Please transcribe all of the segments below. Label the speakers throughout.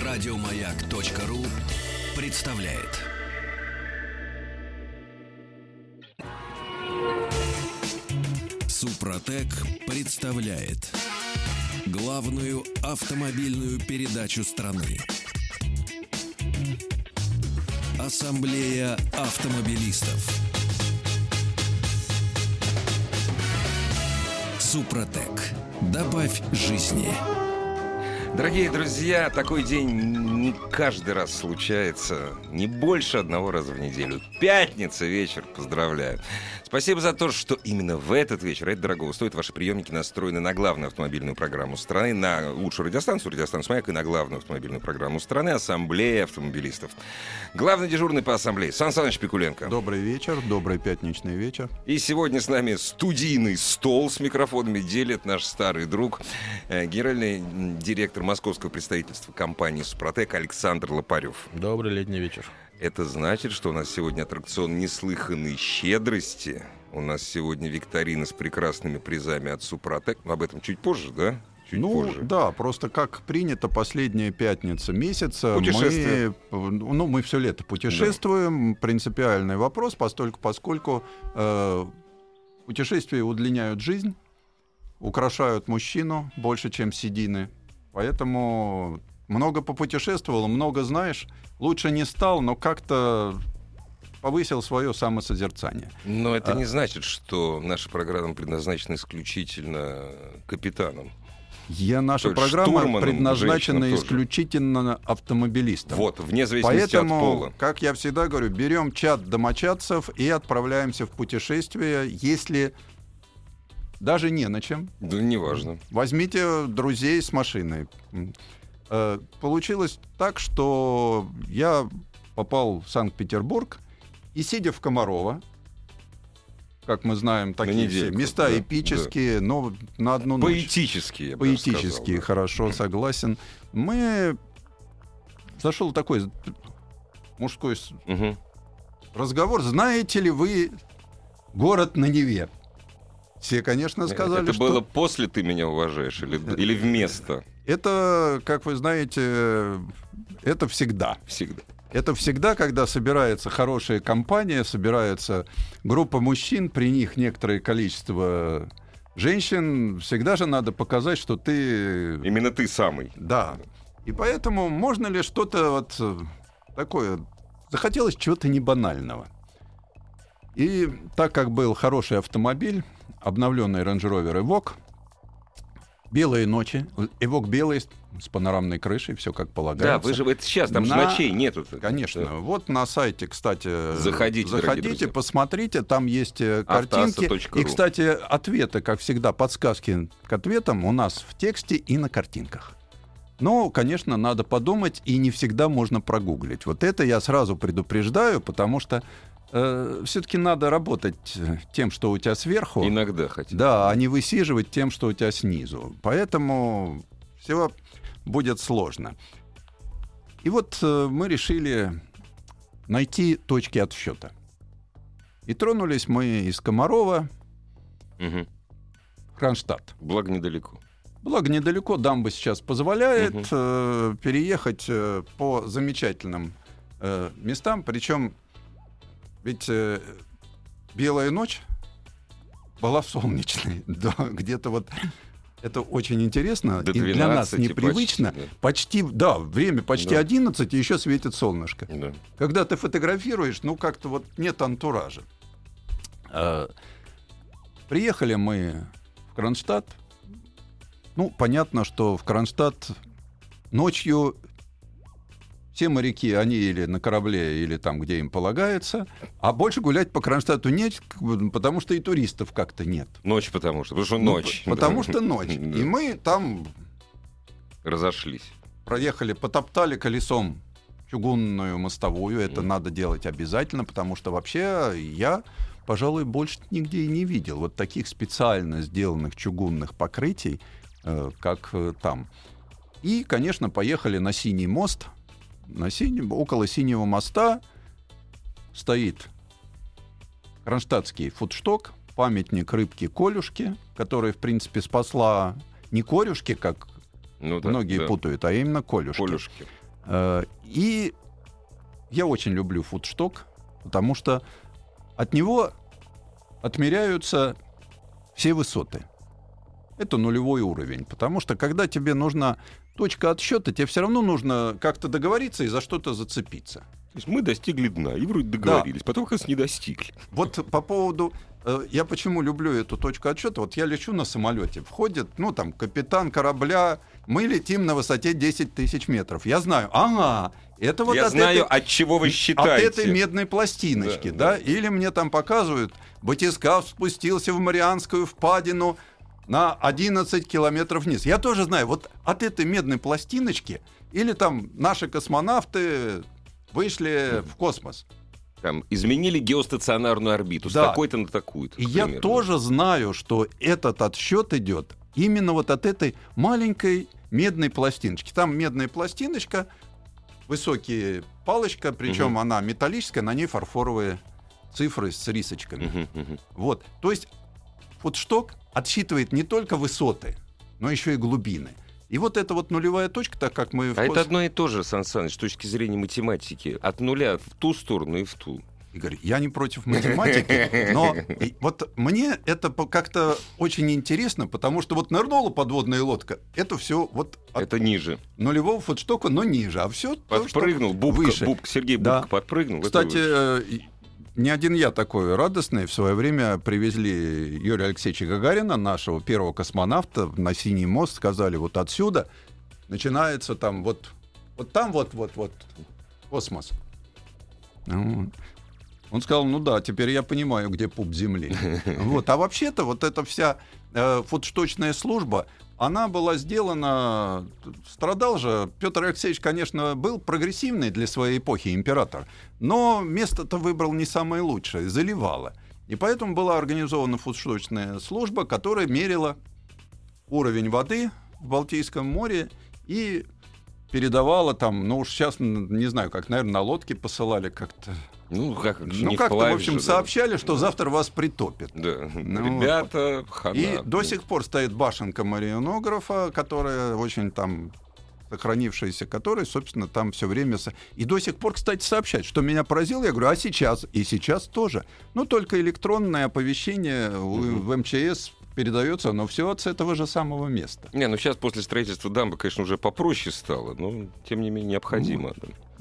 Speaker 1: Радиомаяк.ру представляет. Супротек представляет главную автомобильную передачу страны. Ассамблея автомобилистов. Супротек. Добавь жизни.
Speaker 2: Дорогие друзья, такой день не каждый раз случается, не больше одного раза в неделю. Пятница вечер, поздравляю. Спасибо за то, что именно в этот вечер, это дорого стоит, ваши приемники настроены на главную автомобильную программу страны, на лучшую радиостанцию «Маяк» и на главную автомобильную программу страны «Ассамблея автомобилистов». Главный дежурный по ассамблее Сан Саныч Пикуленко.
Speaker 3: Добрый вечер, добрый пятничный вечер.
Speaker 2: И сегодня с нами студийный стол с микрофонами делит наш старый друг, генеральный директор московского представительства компании «Супротек» Александр Лопарев.
Speaker 4: Добрый летний вечер.
Speaker 2: Это значит, что у нас сегодня аттракцион неслыханной щедрости. У нас сегодня викторина с прекрасными призами от «Супротек». Но об этом чуть позже, да? Чуть позже.
Speaker 3: Да, просто как принято, последняя пятница месяца. Мы все лето путешествуем. Да. Принципиальный вопрос, поскольку путешествия удлиняют жизнь, украшают мужчину больше, чем седины. Поэтому много попутешествовал, много знаешь. Лучше не стал, но как-то повысил свое самосозерцание.
Speaker 2: Но это не значит, что наша программа предназначена исключительно капитанам.
Speaker 3: Наша программа предназначена исключительно автомобилистам.
Speaker 2: Вот, вне зависимости от пола.
Speaker 3: Поэтому, как я всегда говорю, берем чат домочадцев и отправляемся в путешествие, если даже не на чем.
Speaker 2: Да, неважно.
Speaker 3: Возьмите друзей с машиной. Получилось так, что я попал в Санкт-Петербург и, сидя в Комарово, как мы знаем, такие все места эпические, да. Но на одну ночь.
Speaker 2: Поэтические, я бы
Speaker 3: Поэтические,
Speaker 2: сказал, да.
Speaker 3: Хорошо, согласен. Зашел такой мужской разговор. Знаете ли вы город на Неве? Все, конечно, сказали,
Speaker 2: это было после «ты меня уважаешь» или вместо?
Speaker 3: Это, как вы знаете, это всегда. Это всегда, когда собирается хорошая компания, собирается группа мужчин, при них некоторое количество женщин, всегда же надо показать, что ты...
Speaker 2: Именно ты самый.
Speaker 3: Да. И поэтому можно ли что-то вот такое... Захотелось чего-то небанального. И так как был хороший автомобиль, обновленный Range Rover Evoque, белые ночи, Evoque белый, с панорамной крышей, все как полагается.
Speaker 2: Да, вы же это сейчас, там же ночей нету.
Speaker 3: Конечно. Да. Вот на сайте, кстати,
Speaker 2: заходите,
Speaker 3: посмотрите, там есть картинки. И, кстати, ответы, как всегда, подсказки к ответам у нас в тексте и на картинках. Но, конечно, надо подумать, и не всегда можно прогуглить. Вот это я сразу предупреждаю, потому что все-таки надо работать тем, что у тебя сверху.
Speaker 2: Иногда хотя бы.
Speaker 3: Да, а не высиживать тем, что у тебя снизу. Поэтому все будет сложно. И вот мы решили найти точки отсчета. И тронулись мы из Комарова в Кронштадт.
Speaker 2: Благо
Speaker 3: недалеко. Дамба сейчас позволяет переехать по замечательным местам. Причем ведь белая ночь была солнечной. Да, где-то вот это очень интересно.
Speaker 2: До 12,
Speaker 3: и для нас непривычно. Почти, время почти 11, и еще светит солнышко.
Speaker 2: Да.
Speaker 3: Когда ты фотографируешь, как-то вот нет антуража. Приехали мы в Кронштадт. Понятно, что в Кронштадт ночью все моряки, они или на корабле, или там, где им полагается, а больше гулять по Кронштадту нет, потому что и туристов как-то нет.
Speaker 2: Ночь потому что ночь.
Speaker 3: Потому что ночь. И мы там
Speaker 2: разошлись.
Speaker 3: Проехали, потоптали колесом чугунную мостовую. Это надо делать обязательно, потому что вообще я, пожалуй, больше нигде и не видел вот таких специально сделанных чугунных покрытий, как там. И, конечно, поехали на Синий мост. Около Синего моста стоит кронштадтский фудшток, памятник рыбке Колюшке, которая, в принципе, спасла не корюшки, как многие путают, а именно Колюшки. И я очень люблю фудшток, потому что от него отмеряются все высоты. Это нулевой уровень, потому что когда тебе нужна точка отсчета, тебе все равно нужно как-то договориться и за что-то зацепиться.
Speaker 2: То есть мы достигли дна, и вроде договорились, потом, кажется, не достигли.
Speaker 3: Вот по поводу... Я почему люблю эту точку отсчета? Вот я лечу на самолете, входит, капитан корабля, мы летим на высоте 10 тысяч метров. Я знаю, это вот
Speaker 2: я знаю, от чего вы считаете.
Speaker 3: От этой медной пластиночки, да? Или мне там показывают, батискаф спустился в Марианскую впадину на 11 километров вниз. Я тоже знаю, вот от этой медной пластиночки, или там наши космонавты вышли в космос.
Speaker 2: Там изменили геостационарную орбиту с такой-то на такую-то.
Speaker 3: И я тоже знаю, что этот отсчет идет именно вот от этой маленькой медной пластиночки. Там медная пластиночка, высокая палочка, причем она металлическая, на ней фарфоровые цифры с рисочками. Вот. То есть фудшток отсчитывает не только высоты, но еще и глубины. И вот эта вот нулевая точка, так как мы...
Speaker 2: это одно и то же, Сан Саныч, с точки зрения математики. От нуля в ту сторону и в ту.
Speaker 3: Игорь, я не против математики, но вот мне это как-то очень интересно, потому что вот нырнула подводная лодка, это все вот...
Speaker 2: Это ниже.
Speaker 3: Нулевого фудштока, но ниже, а все
Speaker 2: подпрыгнул, Сергей Бубка подпрыгнул.
Speaker 3: Кстати, не один я такой радостный. В свое время привезли Юрия Алексеевича Гагарина, нашего первого космонавта, на Синий мост. Сказали, вот отсюда начинается там вот там вот космос. Он сказал, теперь я понимаю, где пуп Земли. А вообще-то вот эта вся фудшточная служба, она была сделана... Страдал же. Петр Алексеевич, конечно, был прогрессивный для своей эпохи император, но место-то выбрал не самое лучшее, заливало. И поэтому была организована фудшточная служба, которая мерила уровень воды в Балтийском море и передавала там, уж сейчас, не знаю, как, наверное, на лодке посылали как-то... как-то, в общем, сообщали, что завтра вас притопит.
Speaker 2: Да. Ребята, хана.
Speaker 3: И до сих пор стоит башенка марионографа, которая очень там сохранившаяся, которая, собственно, там все время... И до сих пор, кстати, сообщает, что меня поразило. Я говорю, а сейчас? И сейчас тоже. Только электронное оповещение в МЧС передается, но все с этого же самого места.
Speaker 2: Сейчас после строительства дамбы, конечно, уже попроще стало, но, тем не менее, необходимо.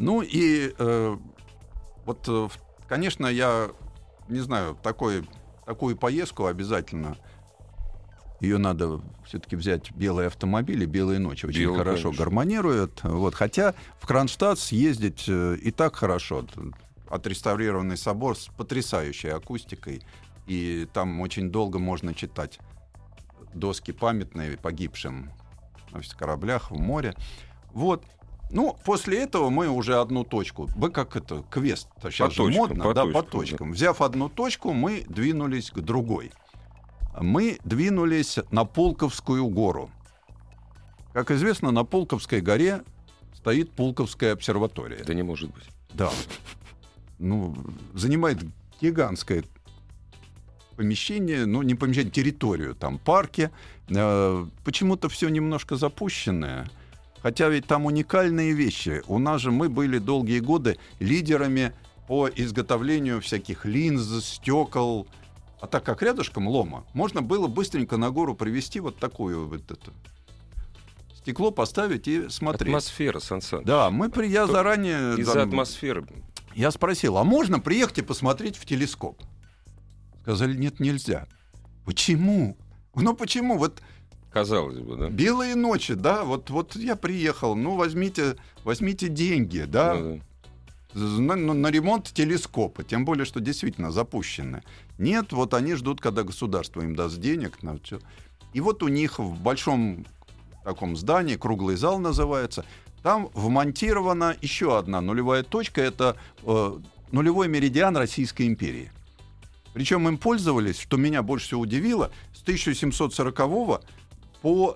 Speaker 2: Конечно, я не знаю, такую поездку обязательно. Ее надо все-таки взять белые автомобили, белые ночи. Очень хорошо, конечно, гармонируют. Хотя в Кронштадт съездить и так хорошо. Отреставрированный собор с потрясающей акустикой. И там очень долго можно читать доски памятные погибшим на кораблях в море. После этого мы уже одну точку. Вы как это, квест, сейчас же модно, по точкам. Да. Взяв одну точку, мы двинулись к другой. Мы двинулись на Пулковскую гору. Как известно, на Пулковской горе стоит Пулковская обсерватория. Да не может быть.
Speaker 3: Да. Занимает гигантское помещение, не помещение, территорию, там парки. Почему-то все немножко запущенное. Хотя ведь там уникальные вещи. У нас же мы были долгие годы лидерами по изготовлению всяких линз, стекол. А так как рядышком Лома, можно было быстренько на гору привезти вот такую стекло поставить и смотреть.
Speaker 2: Атмосфера, Сан Саныч.
Speaker 3: Да, я заранее...
Speaker 2: Из-за атмосферы.
Speaker 3: Я спросил, а можно приехать и посмотреть в телескоп? Сказали, нет, нельзя. Почему? Почему?
Speaker 2: Казалось бы, да.
Speaker 3: Белые ночи, да, вот я приехал, возьмите деньги, да, на ремонт телескопа, тем более, что действительно запущены. Нет, они ждут, когда государство им даст денег на все. И у них в большом таком здании, круглый зал называется, там вмонтирована еще одна нулевая точка, это нулевой меридиан Российской империи. Причем им пользовались, что меня больше всего удивило, с 1740 по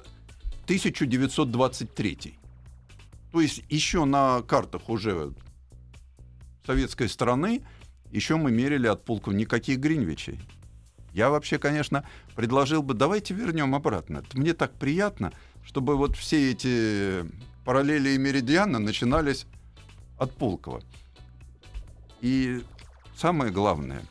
Speaker 3: 1923. То есть еще на картах уже советской страны еще мы мерили от Пулково никаких Гринвичей. Я вообще, конечно, предложил бы, давайте вернем обратно. Мне так приятно, чтобы все эти параллели и меридианы начинались от Пулково. И самое главное,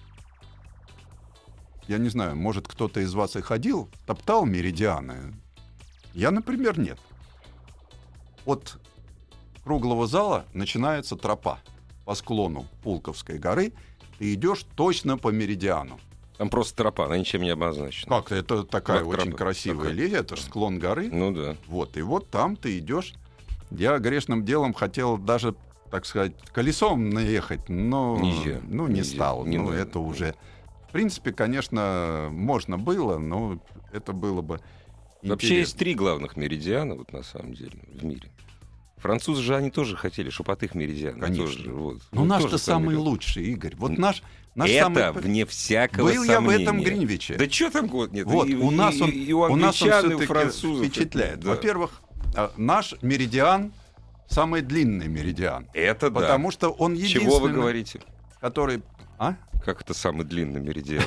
Speaker 3: я не знаю, может, кто-то из вас и ходил, топтал меридианы. Я, например, нет. От круглого зала начинается тропа по склону Пулковской горы. Ты идешь точно по меридиану.
Speaker 2: Там просто тропа, она ничем не обозначена.
Speaker 3: Как-то это такая
Speaker 2: Как
Speaker 3: очень
Speaker 2: тропа.
Speaker 3: красивая
Speaker 2: Такая.
Speaker 3: линия, это же склон горы.
Speaker 2: Ну да.
Speaker 3: Вот, и вот там ты идешь. Я грешным делом хотел даже, так сказать, колесом наехать, но
Speaker 2: Нельзя.
Speaker 3: не
Speaker 2: Нельзя.
Speaker 3: стал.
Speaker 2: Не
Speaker 3: Ну,
Speaker 2: надо.
Speaker 3: это уже... В принципе, конечно, можно было, но это было бы
Speaker 2: Вообще
Speaker 3: интересно.
Speaker 2: есть 3 главных меридиана, вот на самом деле, в мире. Французы же они тоже хотели, чтобы от их меридиана.
Speaker 3: Конечно.
Speaker 2: Тоже, вот.
Speaker 3: Но
Speaker 2: Ну,
Speaker 3: наш-то
Speaker 2: тоже
Speaker 3: самый
Speaker 2: фамилия.
Speaker 3: лучший, Игорь. Вот наш
Speaker 2: Это
Speaker 3: самый...
Speaker 2: вне всякого
Speaker 3: Был я в
Speaker 2: сомнения.
Speaker 3: этом Гринвиче.
Speaker 2: Да что там год нет?
Speaker 3: Вот, у нас он,
Speaker 2: и у
Speaker 3: у нас он
Speaker 2: англичан, и у
Speaker 3: всё-таки
Speaker 2: французов.
Speaker 3: впечатляет.
Speaker 2: Да.
Speaker 3: Во-первых, наш меридиан самый длинный меридиан.
Speaker 2: Это да.
Speaker 3: Потому что он единственный,
Speaker 2: Чего вы говорите?
Speaker 3: который... А?
Speaker 2: Как это самый длинный меридиан?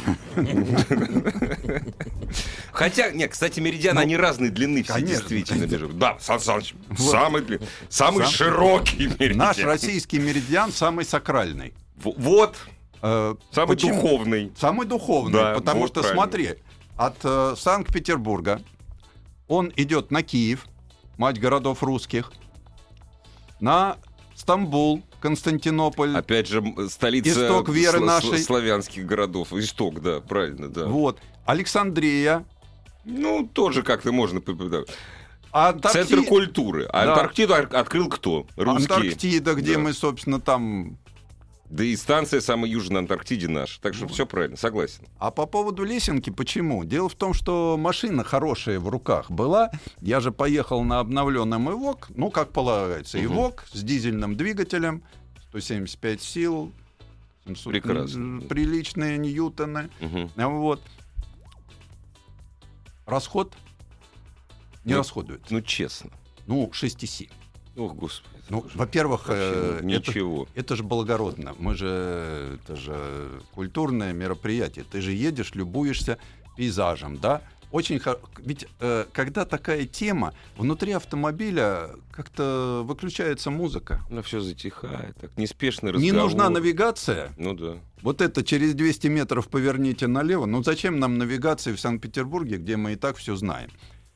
Speaker 2: Хотя, нет, кстати, меридианы, они разной длины все
Speaker 3: конечно.
Speaker 2: действительно. Да, Сан Саныч,
Speaker 3: Вот.
Speaker 2: самый длинный, самый широкий меридиан.
Speaker 3: Наш российский меридиан самый сакральный.
Speaker 2: Вот, самый
Speaker 3: Почему?
Speaker 2: духовный.
Speaker 3: Самый духовный,
Speaker 2: Да,
Speaker 3: потому
Speaker 2: вот
Speaker 3: что,
Speaker 2: правильно.
Speaker 3: смотри, от Санкт-Петербурга он идет на Киев, мать городов русских, на Стамбул, Константинополь.
Speaker 2: Опять же, столица
Speaker 3: Исток веры нашей.
Speaker 2: славянских городов. Исток, да, правильно, да.
Speaker 3: Вот. Александрия.
Speaker 2: Ну, тоже как-то можно...
Speaker 3: Антарктида,
Speaker 2: Центр культуры. А
Speaker 3: Да.
Speaker 2: Антарктиду открыл кто? Русские.
Speaker 3: Антарктида, где
Speaker 2: Да.
Speaker 3: мы, собственно, там...
Speaker 2: Да и станция самая южная Антарктиде наша. Так что все правильно, согласен.
Speaker 3: А по поводу лесенки, почему? Дело в том, что машина хорошая в руках была. Я же поехал на обновленном ИВОК, ну, как полагается, ИВОК с дизельным двигателем, 175 сил, 700
Speaker 2: Прекрасно.
Speaker 3: приличные ньютоны.
Speaker 2: Мгм.
Speaker 3: Вот. Расход не
Speaker 2: Ну,
Speaker 3: расходует.
Speaker 2: Ну, честно.
Speaker 3: Ну, 6,7.
Speaker 2: Ох, господи.
Speaker 3: Ну,
Speaker 2: это же
Speaker 3: во-первых,
Speaker 2: вообще
Speaker 3: это,
Speaker 2: ничего.
Speaker 3: это же благородно. Это же культурное мероприятие. Ты же едешь, любуешься пейзажем, да? Ведь когда такая тема, внутри автомобиля как-то выключается музыка.
Speaker 2: Ну, все затихает. Так, неспешный разговор.
Speaker 3: Не нужна навигация.
Speaker 2: Ну да.
Speaker 3: Вот это через 200 метров поверните налево. Ну зачем нам навигация в Санкт-Петербурге, где мы и так все знаем?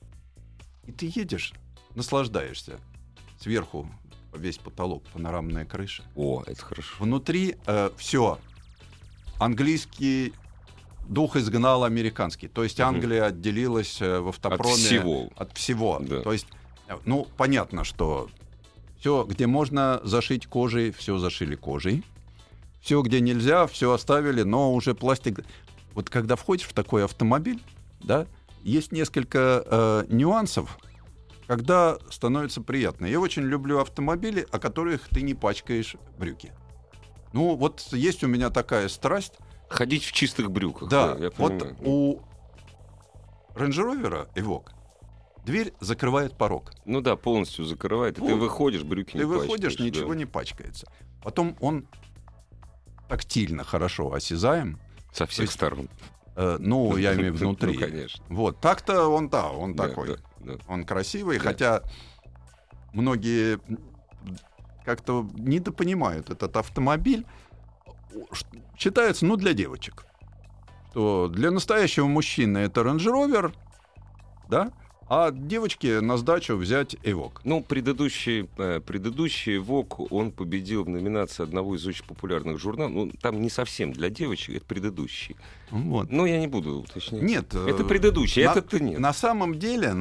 Speaker 3: И ты едешь, наслаждаешься. Сверху весь потолок, панорамная крыша.
Speaker 2: О, это хорошо.
Speaker 3: Внутри все. Английский дух изгнал американский. То есть Англия отделилась в автопроме от всего.
Speaker 2: Да.
Speaker 3: То есть, ну, понятно, что все, где можно зашить кожей, все зашили кожей. Все, где нельзя, все оставили, но уже пластик. Вот когда входишь в такой автомобиль, да, есть несколько нюансов, когда становится приятно. Я очень люблю автомобили, о которых ты не пачкаешь брюки. Ну, вот есть у меня такая страсть.
Speaker 2: Ходить в чистых брюках.
Speaker 3: Да,
Speaker 2: я
Speaker 3: вот
Speaker 2: понимаю.
Speaker 3: у Range Rover Evoque дверь закрывает порог.
Speaker 2: Ну да, полностью закрывает. И ты
Speaker 3: Вот.
Speaker 2: выходишь, брюки не
Speaker 3: Ты выходишь,
Speaker 2: пачкаешь,
Speaker 3: ничего
Speaker 2: да.
Speaker 3: не пачкается. Потом он тактильно хорошо осязаем.
Speaker 2: Со всех
Speaker 3: есть,
Speaker 2: сторон.
Speaker 3: Ну, я имею в виду внутри.
Speaker 2: Ну, конечно.
Speaker 3: Вот, так-то он
Speaker 2: Да,
Speaker 3: такой.
Speaker 2: да.
Speaker 3: Он красивый,
Speaker 2: Да.
Speaker 3: хотя многие как-то недопонимают этот автомобиль. Считается, ну, для девочек. Что для настоящего мужчины это Range Rover, да? А девочке на сдачу взять Evoque.
Speaker 2: Ну, предыдущий Vogue, он победил в номинации одного из очень популярных журналов. Ну, там не совсем для девочек, это предыдущий.
Speaker 3: Вот.
Speaker 2: Но я не буду уточнять.
Speaker 3: Нет,
Speaker 2: Это предыдущий, этот-то нет.
Speaker 3: На самом деле,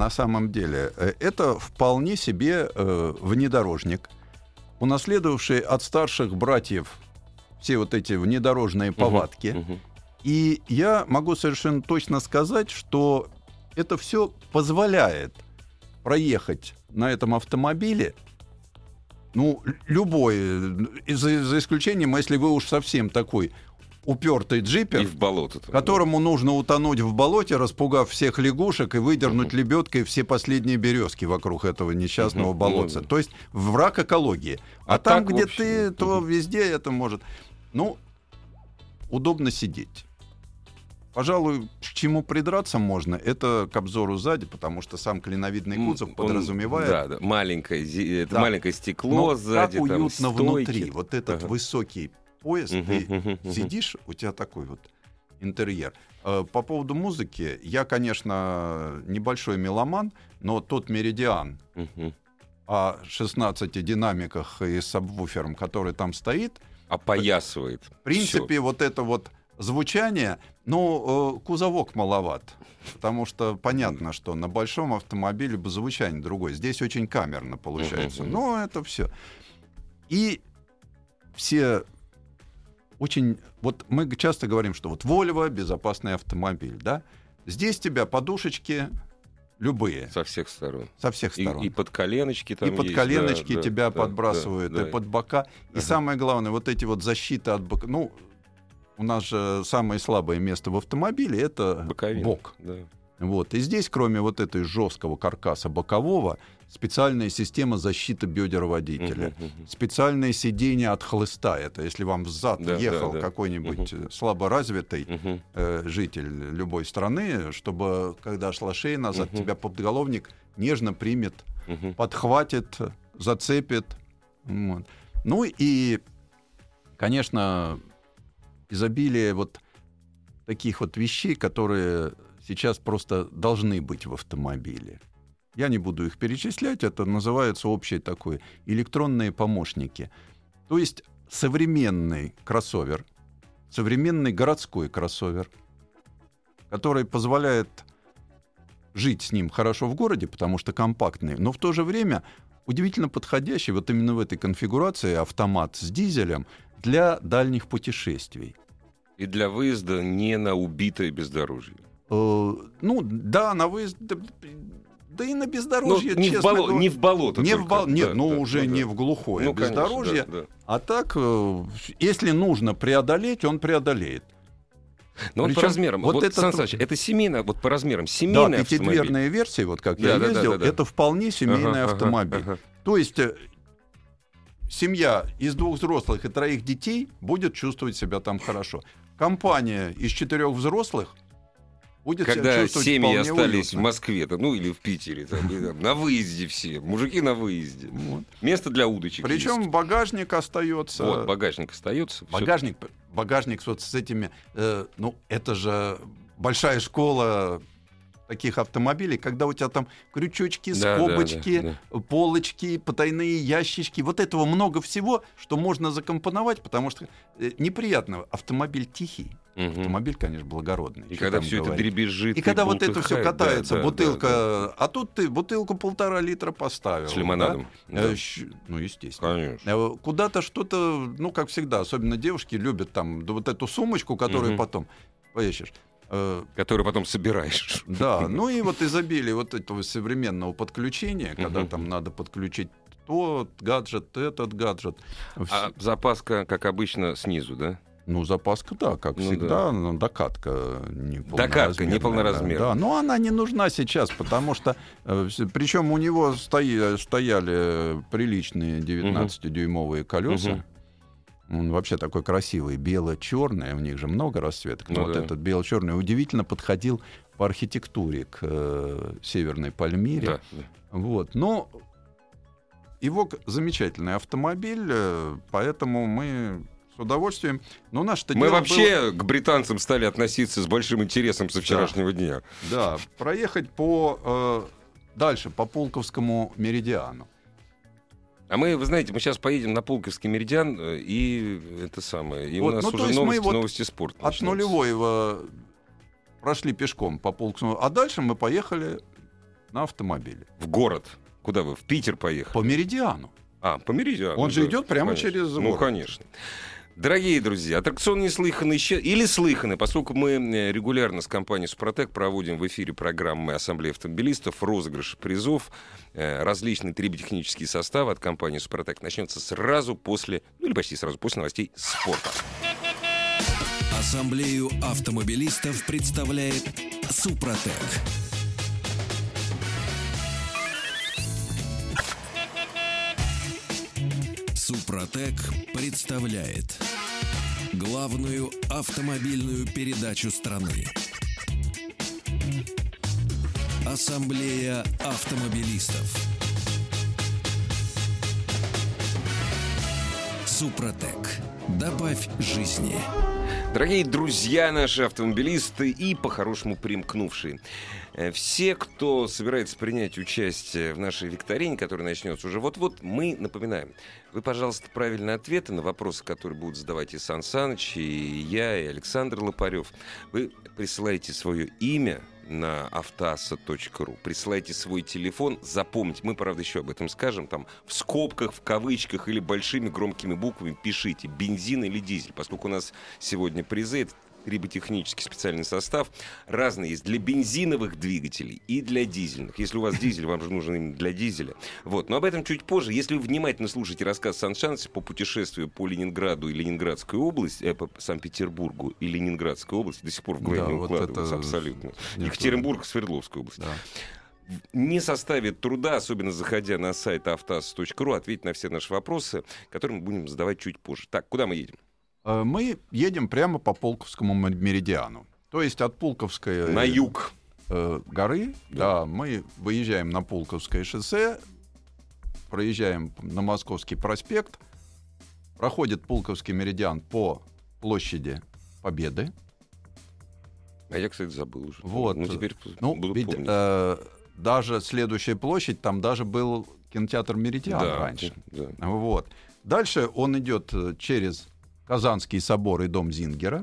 Speaker 3: это вполне себе внедорожник, унаследовавший от старших братьев все вот эти внедорожные повадки.
Speaker 2: Мгм.
Speaker 3: И я могу совершенно точно сказать, что это все позволяет проехать на этом автомобиле, ну, любой, за исключением, если вы уж совсем такой упертый джипер,
Speaker 2: И в болото. Там,
Speaker 3: которому нужно утонуть в болоте, распугав всех лягушек и выдернуть лебедкой все последние березки вокруг этого несчастного
Speaker 2: Мгм.
Speaker 3: болотца.
Speaker 2: Ну, да.
Speaker 3: То есть враг экологии. А
Speaker 2: А
Speaker 3: там,
Speaker 2: так, в
Speaker 3: где
Speaker 2: общем,
Speaker 3: ты, то
Speaker 2: мгм.
Speaker 3: везде это может. Ну, удобно сидеть. Пожалуй, к чему придраться можно, это к обзору сзади, потому что сам клиновидный кузов подразумевает...
Speaker 2: Да, маленькое
Speaker 3: Да.
Speaker 2: маленькое стекло
Speaker 3: Но
Speaker 2: сзади,
Speaker 3: как
Speaker 2: там
Speaker 3: уютно
Speaker 2: стойки.
Speaker 3: внутри. Вот этот
Speaker 2: Ага.
Speaker 3: высокий поезд, ты сидишь, у тебя такой вот интерьер. По поводу музыки, я, конечно, небольшой меломан, но тот «Меридиан»
Speaker 2: Мгм.
Speaker 3: о 16 динамиках и сабвуфером, который там стоит,
Speaker 2: Опоясывает.
Speaker 3: в принципе, вот это вот звучание, но кузовок маловат. Потому что понятно, что на большом автомобиле бы звучание другое. Здесь очень камерно получается.
Speaker 2: Мгм.
Speaker 3: Но это все. И все очень... Вот мы часто говорим, что вот Volvo — безопасный автомобиль, да? Здесь тебя подушечки любые,
Speaker 2: Со всех сторон.
Speaker 3: со всех сторон.
Speaker 2: И под коленочки там
Speaker 3: И под
Speaker 2: есть,
Speaker 3: коленочки
Speaker 2: да,
Speaker 3: тебя
Speaker 2: да,
Speaker 3: подбрасывают,
Speaker 2: да,
Speaker 3: и
Speaker 2: да.
Speaker 3: под бока. И
Speaker 2: Ага.
Speaker 3: самое главное, вот эти вот защиты от бока. Ну, у нас же самое слабое место в автомобиле — это
Speaker 2: Боковина.
Speaker 3: бок.
Speaker 2: Да.
Speaker 3: Вот. И здесь, кроме вот этой жесткого каркаса бокового, специальная система защиты бедер водителя.
Speaker 2: Мгм, мгм.
Speaker 3: Специальное сиденье от хлыста. Это если вам взад
Speaker 2: Да,
Speaker 3: ехал
Speaker 2: да, да.
Speaker 3: какой-нибудь слаборазвитый
Speaker 2: Мгм.
Speaker 3: житель любой страны, чтобы, когда шла шея назад,
Speaker 2: Мгм.
Speaker 3: тебя подголовник нежно примет,
Speaker 2: Мгм.
Speaker 3: подхватит, зацепит. Вот. Ну и, конечно, изобилие вот таких вот вещей, которые сейчас просто должны быть в автомобиле. Я не буду их перечислять, это называется общее такое электронные помощники. То есть современный кроссовер, современный городской кроссовер, который позволяет жить с ним хорошо в городе, потому что компактный, но в то же время удивительно подходящий вот именно в этой конфигурации автомат с дизелем для дальних путешествий.
Speaker 2: И для выезда не на убитое бездорожье.
Speaker 3: Ну, да, на выезд, да и на
Speaker 2: Ну,
Speaker 3: бездорожье,
Speaker 2: не,
Speaker 3: честно говоря.
Speaker 2: не в болото.
Speaker 3: Не
Speaker 2: только.
Speaker 3: Нет,
Speaker 2: Да,
Speaker 3: ну
Speaker 2: да,
Speaker 3: уже
Speaker 2: ну,
Speaker 3: не
Speaker 2: да.
Speaker 3: в глухое
Speaker 2: Ну, конечно,
Speaker 3: бездорожье.
Speaker 2: да, да.
Speaker 3: А так, если нужно преодолеть, он преодолеет.
Speaker 2: Но он по
Speaker 3: Причем
Speaker 2: размерам.
Speaker 3: вот
Speaker 2: Вот,
Speaker 3: это
Speaker 2: Сан
Speaker 3: труд-
Speaker 2: Саныч, это семейная, вот по размерам,
Speaker 3: Да,
Speaker 2: семейный автомобиль.
Speaker 3: пятидверная версия, вот как я
Speaker 2: Да, да,
Speaker 3: ездил,
Speaker 2: да, да, да.
Speaker 3: это вполне семейный
Speaker 2: Ага,
Speaker 3: автомобиль.
Speaker 2: ага.
Speaker 3: То есть семья из 2 взрослых и 3 детей будет чувствовать себя там хорошо. Компания из 4 взрослых будет себя
Speaker 2: Когда
Speaker 3: чувствовать
Speaker 2: семьи
Speaker 3: вполне
Speaker 2: остались
Speaker 3: уютно.
Speaker 2: в Москве, там, ну или в Питере, там, и там, на выезде все, мужики на выезде.
Speaker 3: Вот.
Speaker 2: Место для удочек
Speaker 3: Причем
Speaker 2: есть.
Speaker 3: багажник остается.
Speaker 2: Вот, багажник остается. всё.
Speaker 3: Багажник вот с этими... ну, это же большая школа таких автомобилей, когда у тебя там крючочки,
Speaker 2: Да,
Speaker 3: скобочки,
Speaker 2: да,
Speaker 3: полочки, потайные ящички. Вот этого много всего, что можно закомпоновать, потому что неприятно. Автомобиль тихий.
Speaker 2: Мгм.
Speaker 3: Автомобиль, конечно, благородный.
Speaker 2: И
Speaker 3: Что
Speaker 2: когда
Speaker 3: там
Speaker 2: все это
Speaker 3: говорить.
Speaker 2: дребезжит.
Speaker 3: И когда вот это все
Speaker 2: бултыхает,
Speaker 3: катается,
Speaker 2: да, да,
Speaker 3: бутылка...
Speaker 2: да, да.
Speaker 3: А тут ты бутылку 1,5 литра поставил.
Speaker 2: С лимонадом.
Speaker 3: да?
Speaker 2: Да.
Speaker 3: Ну, естественно.
Speaker 2: Конечно.
Speaker 3: Куда-то что-то, ну, как всегда, особенно девушки любят там да, вот эту сумочку, которую
Speaker 2: Мгм.
Speaker 3: потом поищешь.
Speaker 2: Который потом собираешь.
Speaker 3: Да, ну и вот изобилие вот этого современного подключения, когда
Speaker 2: Мгм.
Speaker 3: там надо подключить тот гаджет, этот гаджет.
Speaker 2: А запаска, как обычно, снизу, да?
Speaker 3: Ну, запаска, да, как
Speaker 2: Ну
Speaker 3: всегда, но докатка не
Speaker 2: Докатка не полноразмерная.
Speaker 3: Да, но она не нужна сейчас, потому что, причем у него стояли приличные 19-дюймовые колеса.
Speaker 2: Мгм.
Speaker 3: Он вообще такой красивый, бело-черный, у них же много расцветок. Но
Speaker 2: Ну
Speaker 3: вот
Speaker 2: да.
Speaker 3: этот бело-черный удивительно подходил по архитектуре к Северной Пальмире.
Speaker 2: Да, да.
Speaker 3: Вот. Но его замечательный автомобиль, поэтому мы с удовольствием. Но наше-то
Speaker 2: Мы
Speaker 3: дело
Speaker 2: вообще к британцам стали относиться с большим интересом со вчерашнего дня.
Speaker 3: было, да, проехать дальше по Пулковскому меридиану.
Speaker 2: А мы, вы знаете, мы сейчас поедем на Пулковский меридиан, и это самое. И
Speaker 3: Вот,
Speaker 2: у нас
Speaker 3: ну, то
Speaker 2: уже
Speaker 3: есть мы
Speaker 2: новости,
Speaker 3: вот
Speaker 2: новости спорта.
Speaker 3: От
Speaker 2: начнутся.
Speaker 3: нулевого прошли пешком по Пулковскому, а дальше мы поехали на автомобиле.
Speaker 2: В город. Куда вы? В Питер поехали?
Speaker 3: По меридиану.
Speaker 2: По меридиану.
Speaker 3: Он же
Speaker 2: да,
Speaker 3: идет прямо
Speaker 2: конечно.
Speaker 3: через
Speaker 2: Ну,
Speaker 3: город.
Speaker 2: конечно. Дорогие друзья, аттракцион неслыханный или слыханный, поскольку мы регулярно с компанией «Супротек» проводим в эфире программы «Ассамблея автомобилистов», розыгрыш призов, различные триботехнические составы от компании «Супротек» начнется сразу после, ну или почти сразу после новостей спорта.
Speaker 1: Ассамблею автомобилистов представляет «Супротек». «Супротек» представляет главную автомобильную передачу страны. Ассамблея автомобилистов. Супротек. Добавь жизни.
Speaker 2: Дорогие друзья, наши автомобилисты и по-хорошему примкнувшие. Все, кто собирается принять участие в нашей викторине, которая начнется уже вот-вот, мы напоминаем. Вы, пожалуйста, правильные ответы на вопросы, которые будут задавать и Сан Саныч, и я, и Александр Лопарев. Вы присылаете свое имя на автоаса.ру. Присылайте свой телефон. Запомните, мы, правда, еще об этом скажем. Там в скобках, в кавычках или большими громкими буквами пишите бензин или дизель. Поскольку у нас сегодня призы, это триботехнический специальный состав. Разные есть для бензиновых двигателей и для дизельных. Если у вас дизель, вам же нужен именно для дизеля. Вот. Но об этом чуть позже. Если вы внимательно слушаете рассказ Сан Саныча по путешествию по Ленинграду и Ленинградской области, по Санкт-Петербургу и Ленинградской области, до сих пор в голове не укладывается абсолютно. Екатеринбург, Свердловская область. Да. Не составит труда, особенно заходя на сайт автоаса.ру, ответить на все наши вопросы, которые мы будем задавать чуть позже. Так, куда мы едем?
Speaker 3: Мы едем прямо по Пулковскому меридиану. То есть от Пулковской...
Speaker 2: На юг.
Speaker 3: Горы. Да, мы выезжаем на Пулковское шоссе, проезжаем на Московский проспект, проходит Пулковский меридиан по площади Победы.
Speaker 2: А я, кстати, забыл уже.
Speaker 3: Вот.
Speaker 2: Ну, теперь буду
Speaker 3: ведь,
Speaker 2: помнить.
Speaker 3: Даже следующая площадь, там даже был кинотеатр «Меридиан» раньше.
Speaker 2: Да.
Speaker 3: Вот. Дальше он идет через Казанский собор и дом Зингера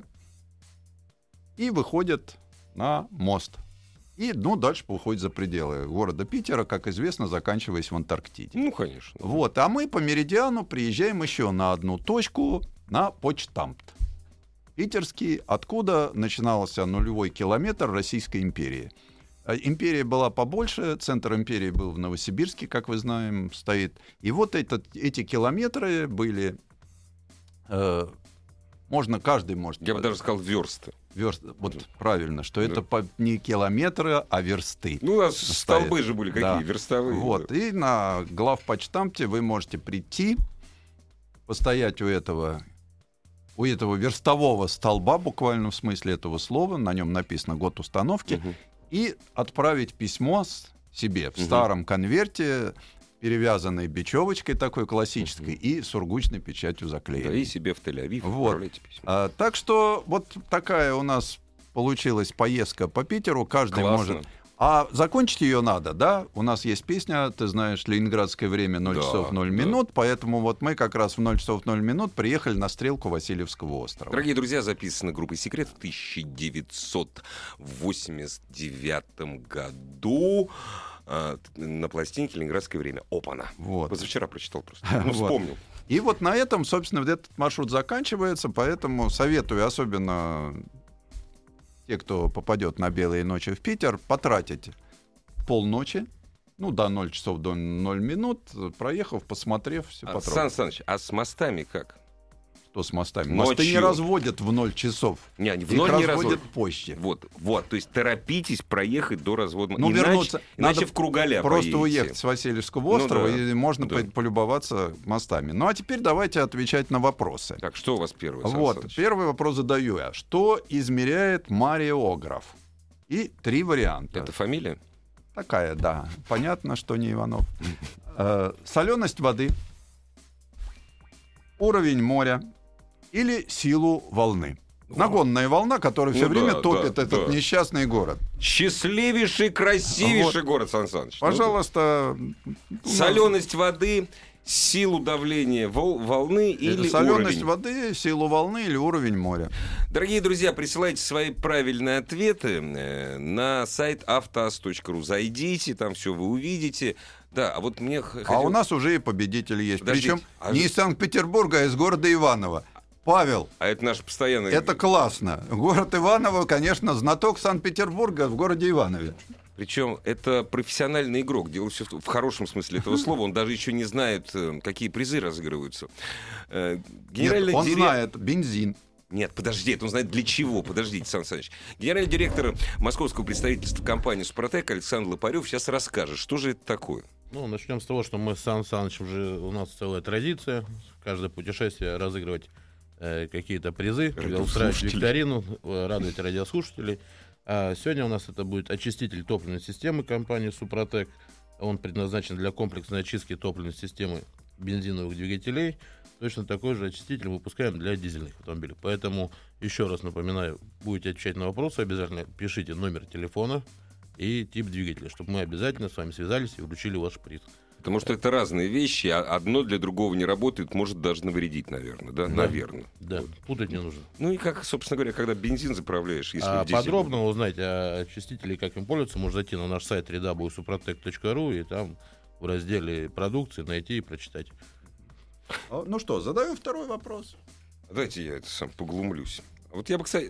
Speaker 3: и выходит на мост. И, дальше уходит за пределы города Питера, как известно, заканчиваясь в Антарктиде.
Speaker 2: Ну, конечно.
Speaker 3: Вот. А мы по меридиану приезжаем еще на одну точку, на почтамт питерский, откуда начинался нулевой километр Российской империи. Империя была побольше, центр империи был в Новосибирске, как вы знаем, стоит. И вот эти километры были... каждый может...
Speaker 2: Я бы даже сказал версты.
Speaker 3: Вот правильно, что это не километры, а версты.
Speaker 2: Ну, у нас столбы же были какие,
Speaker 3: да.
Speaker 2: Верстовые.
Speaker 3: Вот,
Speaker 2: да.
Speaker 3: И на главпочтамте вы можете прийти, постоять у этого верстового столба, буквально в смысле этого слова, на нем написано год установки, и отправить письмо себе в старом конверте, перевязанной бечевочкой такой классической и сургучной печатью заклеенной.
Speaker 2: Да, и себе в Тель-Авив
Speaker 3: отправляйте письмо. Так что вот такая у нас получилась поездка по Питеру. Каждый может... А закончить ее надо, да? У нас есть песня, ты знаешь, «Ленинградское время 0 часов 0 минут», поэтому вот мы как раз в 0 часов 0 минут приехали на стрелку Васильевского острова.
Speaker 2: Дорогие друзья, записано группой «Секрет» в 1989 году на пластинке «Ленинградское время». Опа-на.
Speaker 3: Вот.
Speaker 2: Позавчера прочитал просто. Вспомнил.
Speaker 3: И вот на этом, собственно, этот маршрут заканчивается, поэтому советую, особенно те, кто попадет на белые ночи в Питер, потратить полночи, до 0 часов до 0 минут, проехав, посмотрев, все потрогав.
Speaker 2: Сан Саныч, а с мостами как?
Speaker 3: Что с мостами?
Speaker 2: Ночью.
Speaker 3: Мосты не разводят в 0 часов.
Speaker 2: Не, они в 0 не разводят
Speaker 3: позже.
Speaker 2: Вот. То есть торопитесь проехать до развода.
Speaker 3: Вернуться.
Speaker 2: Иначе в Кругаля
Speaker 3: просто
Speaker 2: поедете.
Speaker 3: Уехать с Васильевского острова, и можно полюбоваться мостами. Ну, а теперь давайте отвечать на вопросы.
Speaker 2: Так, что у вас первый?
Speaker 3: Первый вопрос задаю я. Что измеряет мариограф? И 3 варианта.
Speaker 2: Это фамилия?
Speaker 3: Такая, да. Понятно, что не Иванов. Соленость воды, уровень моря или силу волны. Нагонная волна, которая все время топит этот несчастный город.
Speaker 2: Счастливейший, красивейший город, Сан Саныч.
Speaker 3: Пожалуйста.
Speaker 2: Соленость воды, силу давления волны или
Speaker 3: соленость
Speaker 2: уровень.
Speaker 3: воды, силу волны или уровень моря.
Speaker 2: Дорогие друзья, присылайте свои правильные ответы на сайт автоас.ру. Зайдите, там все вы увидите. Да, а вот мне
Speaker 3: у нас уже и победитель есть. Причем не из Санкт-Петербурга, а из города Иваново. Павел.
Speaker 2: А это наш постоянный...
Speaker 3: Это классно. Город Иваново, конечно, знаток Санкт-Петербурга в городе Иванове.
Speaker 2: Причем это профессиональный игрок. Дело все в хорошем смысле этого слова. Он даже еще не знает, какие призы разыгрываются.
Speaker 3: Он знает бензин.
Speaker 2: Нет, подожди, это он знает для чего. Подождите, Сан Саныч. Генеральный директор московского представительства компании «Супротек» Александр Лопарев сейчас расскажет, что же это такое.
Speaker 4: Начнем с того, что мы с Сан Санычем уже, у нас целая традиция. Каждое путешествие разыгрывать какие-то призы, устраивать викторину, радовать радиослушателей. А сегодня у нас это будет очиститель топливной системы компании «Супротек». Он предназначен для комплексной очистки топливной системы бензиновых двигателей. Точно такой же очиститель выпускаем для дизельных автомобилей. Поэтому, еще раз напоминаю, будете отвечать на вопросы, обязательно пишите номер телефона и тип двигателя, чтобы мы обязательно с вами связались и вручили ваш приз.
Speaker 2: Потому что это разные вещи, а одно для другого не работает, может даже навредить, наверное, да? Наверное.
Speaker 4: Да, путать не нужно.
Speaker 2: Ну и как, собственно говоря, когда бензин заправляешь, если в дизеле.
Speaker 4: Подробно узнать о очистителе и как им пользоваться, можно зайти на наш сайт www.suprotec.ru и там в разделе продукции найти и прочитать.
Speaker 3: Ну что, задаю второй вопрос.
Speaker 2: Давайте я это сам поглумлюсь. Вот я бы, кстати...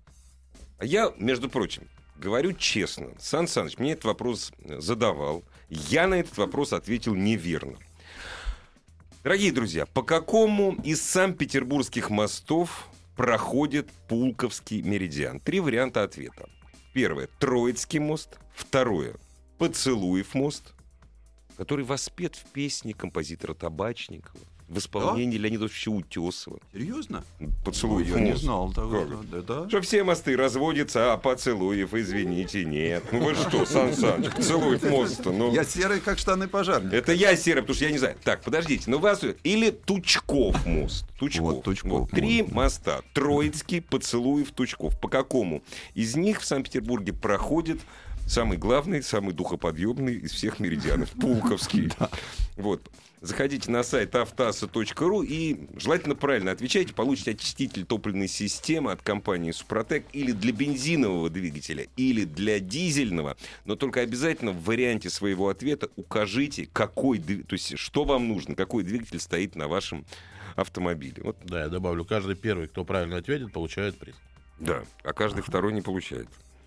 Speaker 2: Я, между прочим, говорю честно, Сан Саныч мне этот вопрос задавал. Я на этот вопрос ответил неверно. Дорогие друзья, по какому из санкт-петербургских мостов проходит Пулковский меридиан? 3 варианта ответа. Первое — Троицкий мост. Второе — Поцелуев мост, который воспет в песне композитора Табачникова в исполнении Леонида Ильича Утесова.
Speaker 3: Серьезно?
Speaker 2: Поцелуев
Speaker 3: Я не
Speaker 2: мост.
Speaker 3: знал того.
Speaker 2: Как?
Speaker 3: Да.
Speaker 2: Что все мосты разводятся, а Поцелуев, извините, нет. Ну вы что, Сан Саныч, Поцелуев мост-то, ну...
Speaker 3: Я серый, как штаны пожарника.
Speaker 2: Это я серый, потому что я не знаю. Так, подождите, ну вас... Или Тучков мост. Тучков.
Speaker 3: Вот, Тучков
Speaker 2: Вот, 3
Speaker 3: мост.
Speaker 2: моста. Троицкий, Поцелуев, Тучков. По какому из них в Санкт-Петербурге проходит самый главный, самый духоподъемный из всех меридианов? Пулковский. Вот. Заходите на сайт автаса.ру и желательно правильно отвечайте. Получите очиститель топливной системы от компании «Супротек» или для бензинового двигателя, или для дизельного. Но только обязательно в варианте своего ответа укажите, какой, то есть что вам нужно, какой двигатель стоит на вашем автомобиле. Вот.
Speaker 4: Да, я добавлю, каждый первый, кто правильно ответит, получает приз.
Speaker 2: Да, а каждый второй не получает.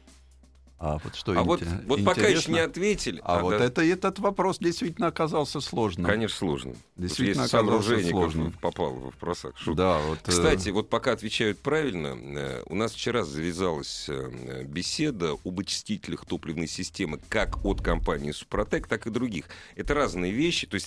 Speaker 3: А вот что
Speaker 2: А вот пока еще не ответили.
Speaker 3: Вот этот вопрос действительно оказался сложным.
Speaker 2: Конечно, сложно.
Speaker 3: Действительно
Speaker 2: Если
Speaker 3: оказался
Speaker 2: сооружение
Speaker 3: сложным.
Speaker 2: попало в просак.
Speaker 3: Да, вот,
Speaker 2: Кстати, вот пока отвечают правильно, у нас вчера завязалась беседа об очистителях топливной системы как от компании «Супротек», так и других. Это разные вещи. То есть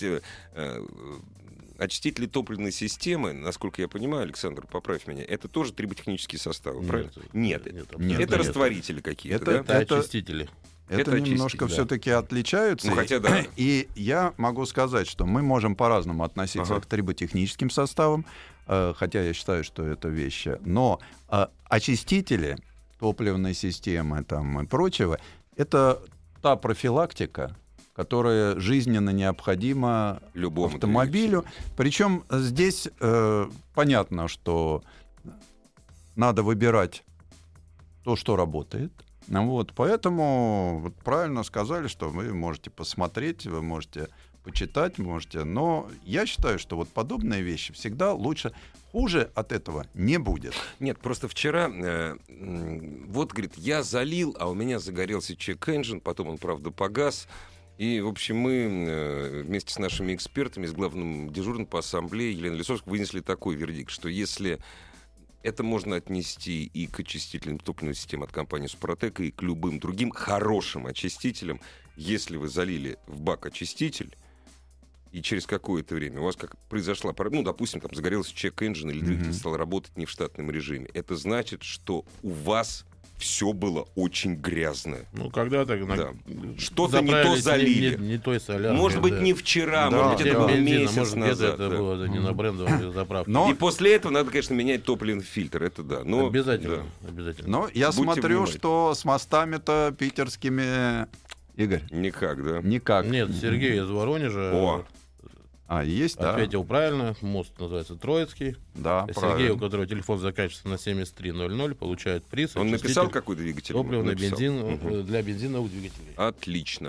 Speaker 2: очистители топливной системы, насколько я понимаю, Александр, поправь меня, это тоже триботехнические составы, правильно? Нет. Это растворители какие-то,
Speaker 4: Это очистители.
Speaker 3: Это немножко все-таки отличаются.
Speaker 2: Ну, хотя да.
Speaker 3: И я могу сказать, что мы можем по-разному относиться к триботехническим составам, хотя я считаю, что это вещи. Но очистители топливной системы там, и прочего, это та профилактика, которая жизненно необходима
Speaker 2: любому
Speaker 3: автомобилю. Причем здесь понятно, что надо выбирать то, что работает. Вот, поэтому вот правильно сказали, что вы можете посмотреть, вы можете почитать, можете. Но я считаю, что вот подобные вещи всегда лучше. Хуже от этого не будет.
Speaker 2: Нет, просто вчера, вот, говорит, я залил, а у меня загорелся чек-энджин, потом он, правда, погас. И, в общем, мы вместе с нашими экспертами, с главным дежурным по ассамблее Еленой Лисовской вынесли такой вердикт, что если это можно отнести и к очистителям топливной системы от компании «Супротек», и к любым другим хорошим очистителям, если вы залили в бак очиститель, и через какое-то время у вас как произошла, ну, допустим, там загорелся чек-энджин или двигатель стал работать не в штатном режиме, это значит, что у вас все было очень грязное.
Speaker 4: Ну, когда-то
Speaker 2: что-то не то залили.
Speaker 4: Не той соляркой.
Speaker 2: Может быть, не вчера,
Speaker 3: Да,
Speaker 2: может быть, это был
Speaker 4: бензина,
Speaker 2: месяц
Speaker 4: может,
Speaker 2: назад.
Speaker 4: это было не на брендовой заправке.
Speaker 3: Но-
Speaker 2: И после этого надо, конечно, менять топливный фильтр. Это да. Но,
Speaker 4: Обязательно.
Speaker 2: да.
Speaker 4: Обязательно.
Speaker 3: Но я
Speaker 2: Будьте
Speaker 3: смотрю,
Speaker 2: внимательны.
Speaker 3: что с мостами-то питерскими, Игорь,
Speaker 2: Никак, да.
Speaker 3: никак.
Speaker 4: Нет, Сергей из Воронежа
Speaker 3: Есть, да.
Speaker 4: ответил правильно. Мост называется Троицкий.
Speaker 3: Да,
Speaker 4: Сергей,
Speaker 3: правильно.
Speaker 4: у которого телефон заканчивается на 7300, получает приз.
Speaker 2: Он
Speaker 4: очиститель
Speaker 2: написал, какой двигатель?
Speaker 4: топливный
Speaker 2: Написал.
Speaker 4: бензин для бензиновых двигателей.
Speaker 2: Отлично.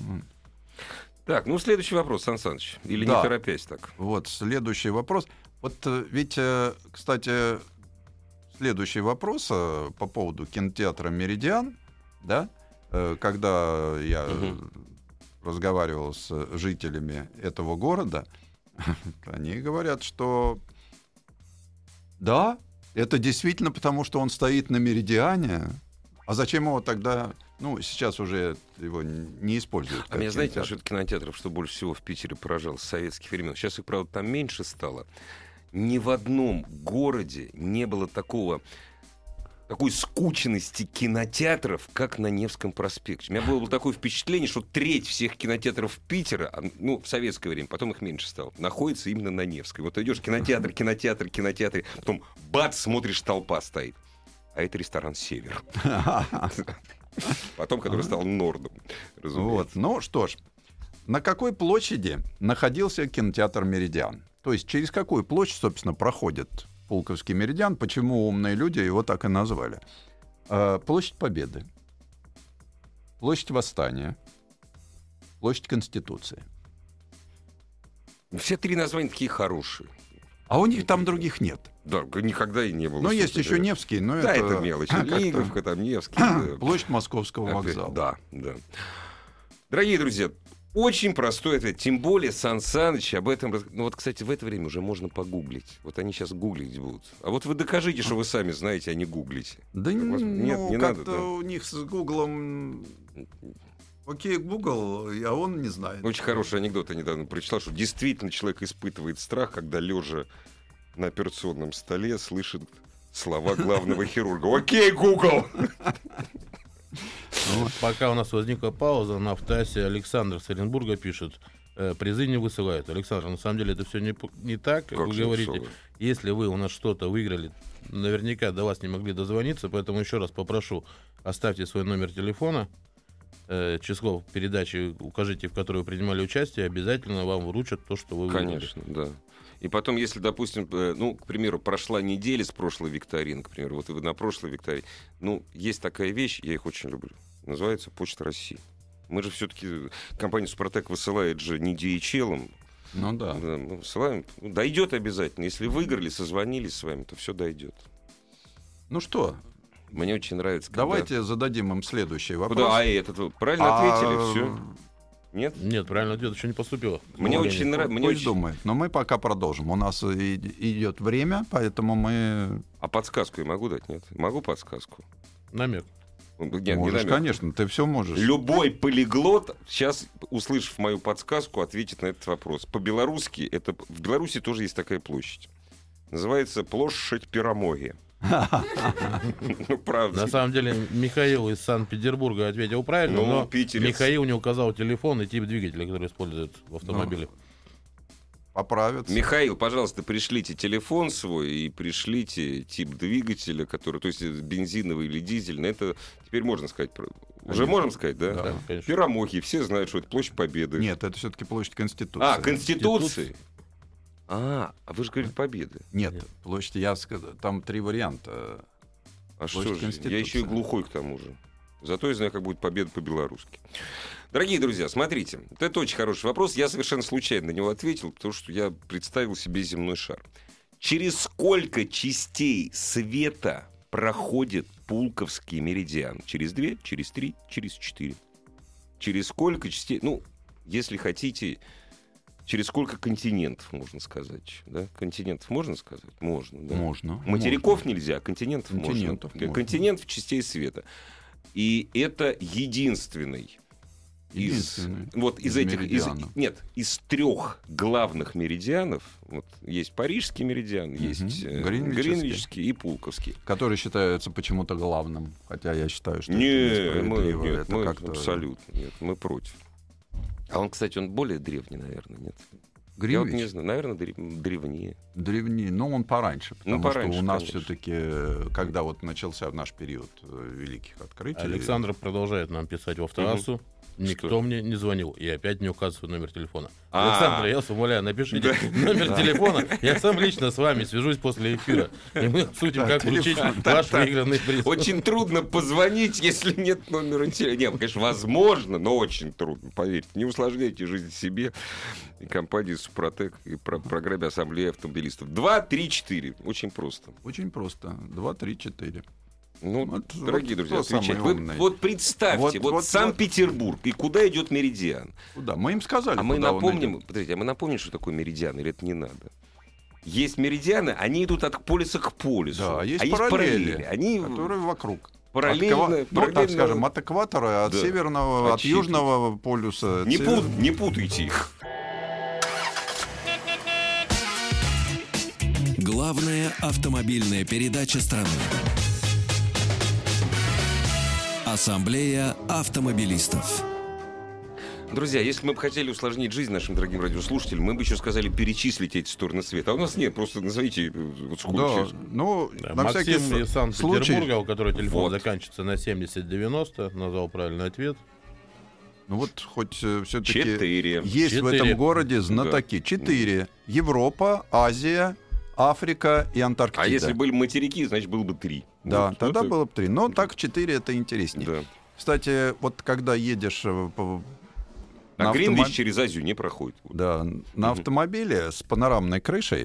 Speaker 2: Так, ну следующий вопрос, Сан Саныч. Или
Speaker 3: Да.
Speaker 2: не торопясь так.
Speaker 3: Вот следующий вопрос. Вот ведь, кстати, следующий вопрос по поводу кинотеатра «Меридиан», да, когда я разговаривал с жителями этого города, они говорят, что да, это действительно потому, что он стоит на «Меридиане», а зачем его тогда... Ну, сейчас уже его не используют.
Speaker 2: А меня, знаете, насчет кинотеатров, что больше всего в Питере поражало с советских времен. Сейчас их, правда, там меньше стало. Ни в одном городе не было такого такой скученности кинотеатров, как на Невском проспекте. У меня было такое впечатление, что треть всех кинотеатров Питера, ну, в советское время, потом их меньше стало, находится именно на Невской. Вот идешь кинотеатр, потом бац, смотришь, толпа стоит. А это ресторан «Север». Потом, который стал Нордом, разумеется.
Speaker 3: Вот. Ну что ж, на какой площади находился кинотеатр «Меридиан»? То есть через какую площадь, собственно, проходит Пулковский меридиан? Почему умные люди его так и назвали? Площадь Победы, площадь Восстания, площадь Конституции.
Speaker 2: Все три названия такие хорошие.
Speaker 3: А у них там других нет.
Speaker 2: Да, никогда и не было.
Speaker 3: Но есть еще Невский, но
Speaker 2: да,
Speaker 3: это...
Speaker 2: это мелочь. Лиговка, там Невский.
Speaker 3: Площадь Московского вокзала.
Speaker 2: Да, да. Дорогие друзья, очень простой ответ. Тем более Сан Саныч об этом... Ну вот, кстати, в это время уже можно погуглить. Вот они сейчас гуглить будут. А вот вы докажите, что вы сами знаете, а не гуглите.
Speaker 3: Да
Speaker 2: нет, не
Speaker 3: как-то
Speaker 2: надо. Да.
Speaker 3: У них с Гуглом... Окей, Google, а он не знает.
Speaker 2: Очень хороший анекдот я недавно прочитал, что действительно человек испытывает страх, когда лежа на операционном столе слышит слова главного хирурга. Окей, Google!
Speaker 4: Пока у нас возникла пауза, на ВТАСе Александр с Оренбурга пишет: призы не высылают. Александр, на самом деле это все не так, как вы говорите.
Speaker 2: высылают?
Speaker 4: Если вы у нас что-то выиграли, наверняка до вас не могли дозвониться, поэтому еще раз попрошу, оставьте свой номер телефона, число передачи укажите, в которой вы принимали участие, обязательно вам вручат то, что вы выиграли.
Speaker 2: Конечно, да. И потом, если, допустим, ну, к примеру, прошла неделя с прошлой викторины, к примеру, вот вы на прошлой викторине, ну, есть такая вещь, я их очень люблю, называется Почта России. Мы же все-таки, компания «Супротек» высылает же не DHL-ом.
Speaker 3: Ну да.
Speaker 2: Мы высылаем, дойдет обязательно. Если выиграли, созвонились с вами, то все дойдет.
Speaker 3: Ну что,
Speaker 2: мне очень нравится. Когда...
Speaker 3: давайте зададим им следующий вопрос.
Speaker 2: Да, а этот вы правильно ответили, все. Нет?
Speaker 4: Нет, правильно, ответ еще не поступило.
Speaker 2: Мне очень нравится.
Speaker 3: Пусть думает. Но мы пока продолжим. У нас идет время, поэтому мы...
Speaker 2: А подсказку я могу дать? Нет? Могу подсказку?
Speaker 4: Намек.
Speaker 2: Нет,
Speaker 3: можешь, конечно, ты все можешь.
Speaker 2: Любой полиглот, сейчас, услышав мою подсказку, ответит на этот вопрос. По-белорусски, это в Беларуси тоже есть такая площадь. Называется площадь Перемоги. Ну, правда.
Speaker 4: На самом деле, Михаил из Санкт-Петербурга ответил правильно, но Михаил не указал телефон и тип двигателя, который используют в автомобиле.
Speaker 3: Поправиться.
Speaker 2: Михаил, пожалуйста, пришлите телефон свой и пришлите тип двигателя, который, то есть бензиновый или дизельный. Это теперь можно сказать. Уже можем сказать, да?
Speaker 4: Да, конечно.
Speaker 2: Перемоги, все знают, что это площадь Победы.
Speaker 3: Нет, это все-таки площадь Конституции.
Speaker 2: А, Конституции. А вы же говорите Победы.
Speaker 3: Нет, площадь, я сказал, там три варианта.
Speaker 2: А что же, я еще и глухой к тому же. Зато я знаю, как будет победа по-белорусски. Дорогие друзья, смотрите, это очень хороший вопрос. Я совершенно случайно на него ответил, потому что я представил себе земной шар. Через сколько частей света проходит Пулковский меридиан? Через 2, через 3, через 4? Через сколько частей? Ну, если хотите... Через сколько континентов, можно сказать? Да? Континентов можно сказать? Можно. Да?
Speaker 3: Можно.
Speaker 2: Материков нельзя, а континентов можно. Континентов частей света. И это единственный из этих... Из 3 главных меридианов. Вот, есть Парижский меридиан, есть Гринвичский и Пулковский.
Speaker 3: Который считается почему-то главным. Хотя я считаю, что
Speaker 2: это
Speaker 3: несправедливо.
Speaker 2: Мы абсолютно нет, мы против. А он, кстати, он более древний, наверное, нет?
Speaker 3: Гринвич?
Speaker 2: Я вот не знаю, наверное, древнее.
Speaker 3: Древнее, но он пораньше, потому что у нас
Speaker 2: конечно.
Speaker 3: все-таки, когда вот начался наш период великих открытий...
Speaker 4: Александр продолжает нам писать во ВТАСу. Никто мне не звонил. И опять не указывает номер телефона. Александр, я вас умоляю, напишите номер телефона. Я сам лично с вами свяжусь после эфира. И мы обсудим, как вручить ваш выигранный приз.
Speaker 2: Очень трудно позвонить, если нет номера телефона. Нет, конечно, возможно, но очень трудно, поверьте. Не усложняйте жизнь себе и компании «Супротек», и программе «Ассамблея автомобилистов». 2, 3, 4. Очень просто.
Speaker 3: Очень просто. 2, 3, 4.
Speaker 2: Ну,
Speaker 3: вот,
Speaker 2: дорогие друзья, отвечайте.
Speaker 3: Вот
Speaker 2: представьте, вот Санкт-Петербург, и куда идет меридиан?
Speaker 3: Куда? Мы им сказали,
Speaker 2: мы напомним, подождите, мы напомним, что такое меридиан, или это не надо? Есть меридианы, они идут от полюса к полюсу.
Speaker 3: Да, есть параллели,
Speaker 2: они...
Speaker 3: которые вокруг.
Speaker 2: Параллельно,
Speaker 3: ну, так скажем, от экватора, от северного, от южного полюса.
Speaker 2: Не путайте их.
Speaker 1: Главная автомобильная передача страны. Ассамблея автомобилистов.
Speaker 2: Друзья, если мы бы хотели усложнить жизнь нашим дорогим радиослушателям, мы бы еще сказали перечислить эти стороны света. А у нас нет, просто назовите вот сколько.
Speaker 3: Да, ну, на
Speaker 4: Максим
Speaker 3: всякий
Speaker 4: из Санкт-Петербурга,
Speaker 3: случай.
Speaker 4: у которого телефон
Speaker 2: Вот.
Speaker 4: заканчивается на 7090, назвал правильный ответ.
Speaker 3: Ну вот хоть все-таки
Speaker 2: 4.
Speaker 3: есть в
Speaker 4: 4.
Speaker 3: этом городе знатоки. 4. Европа, Азия, Африка и Антарктида.
Speaker 2: А если были материки, значит, было бы 3.
Speaker 3: Да,
Speaker 2: Вот,
Speaker 3: тогда
Speaker 2: вот
Speaker 3: было бы 3. Но так 4 это интереснее.
Speaker 2: Да.
Speaker 3: Кстати, вот когда едешь
Speaker 2: А
Speaker 3: на
Speaker 2: Гринвич
Speaker 3: автомоб-
Speaker 2: через Азию не проходит.
Speaker 3: Да, на автомобиле с панорамной крышей.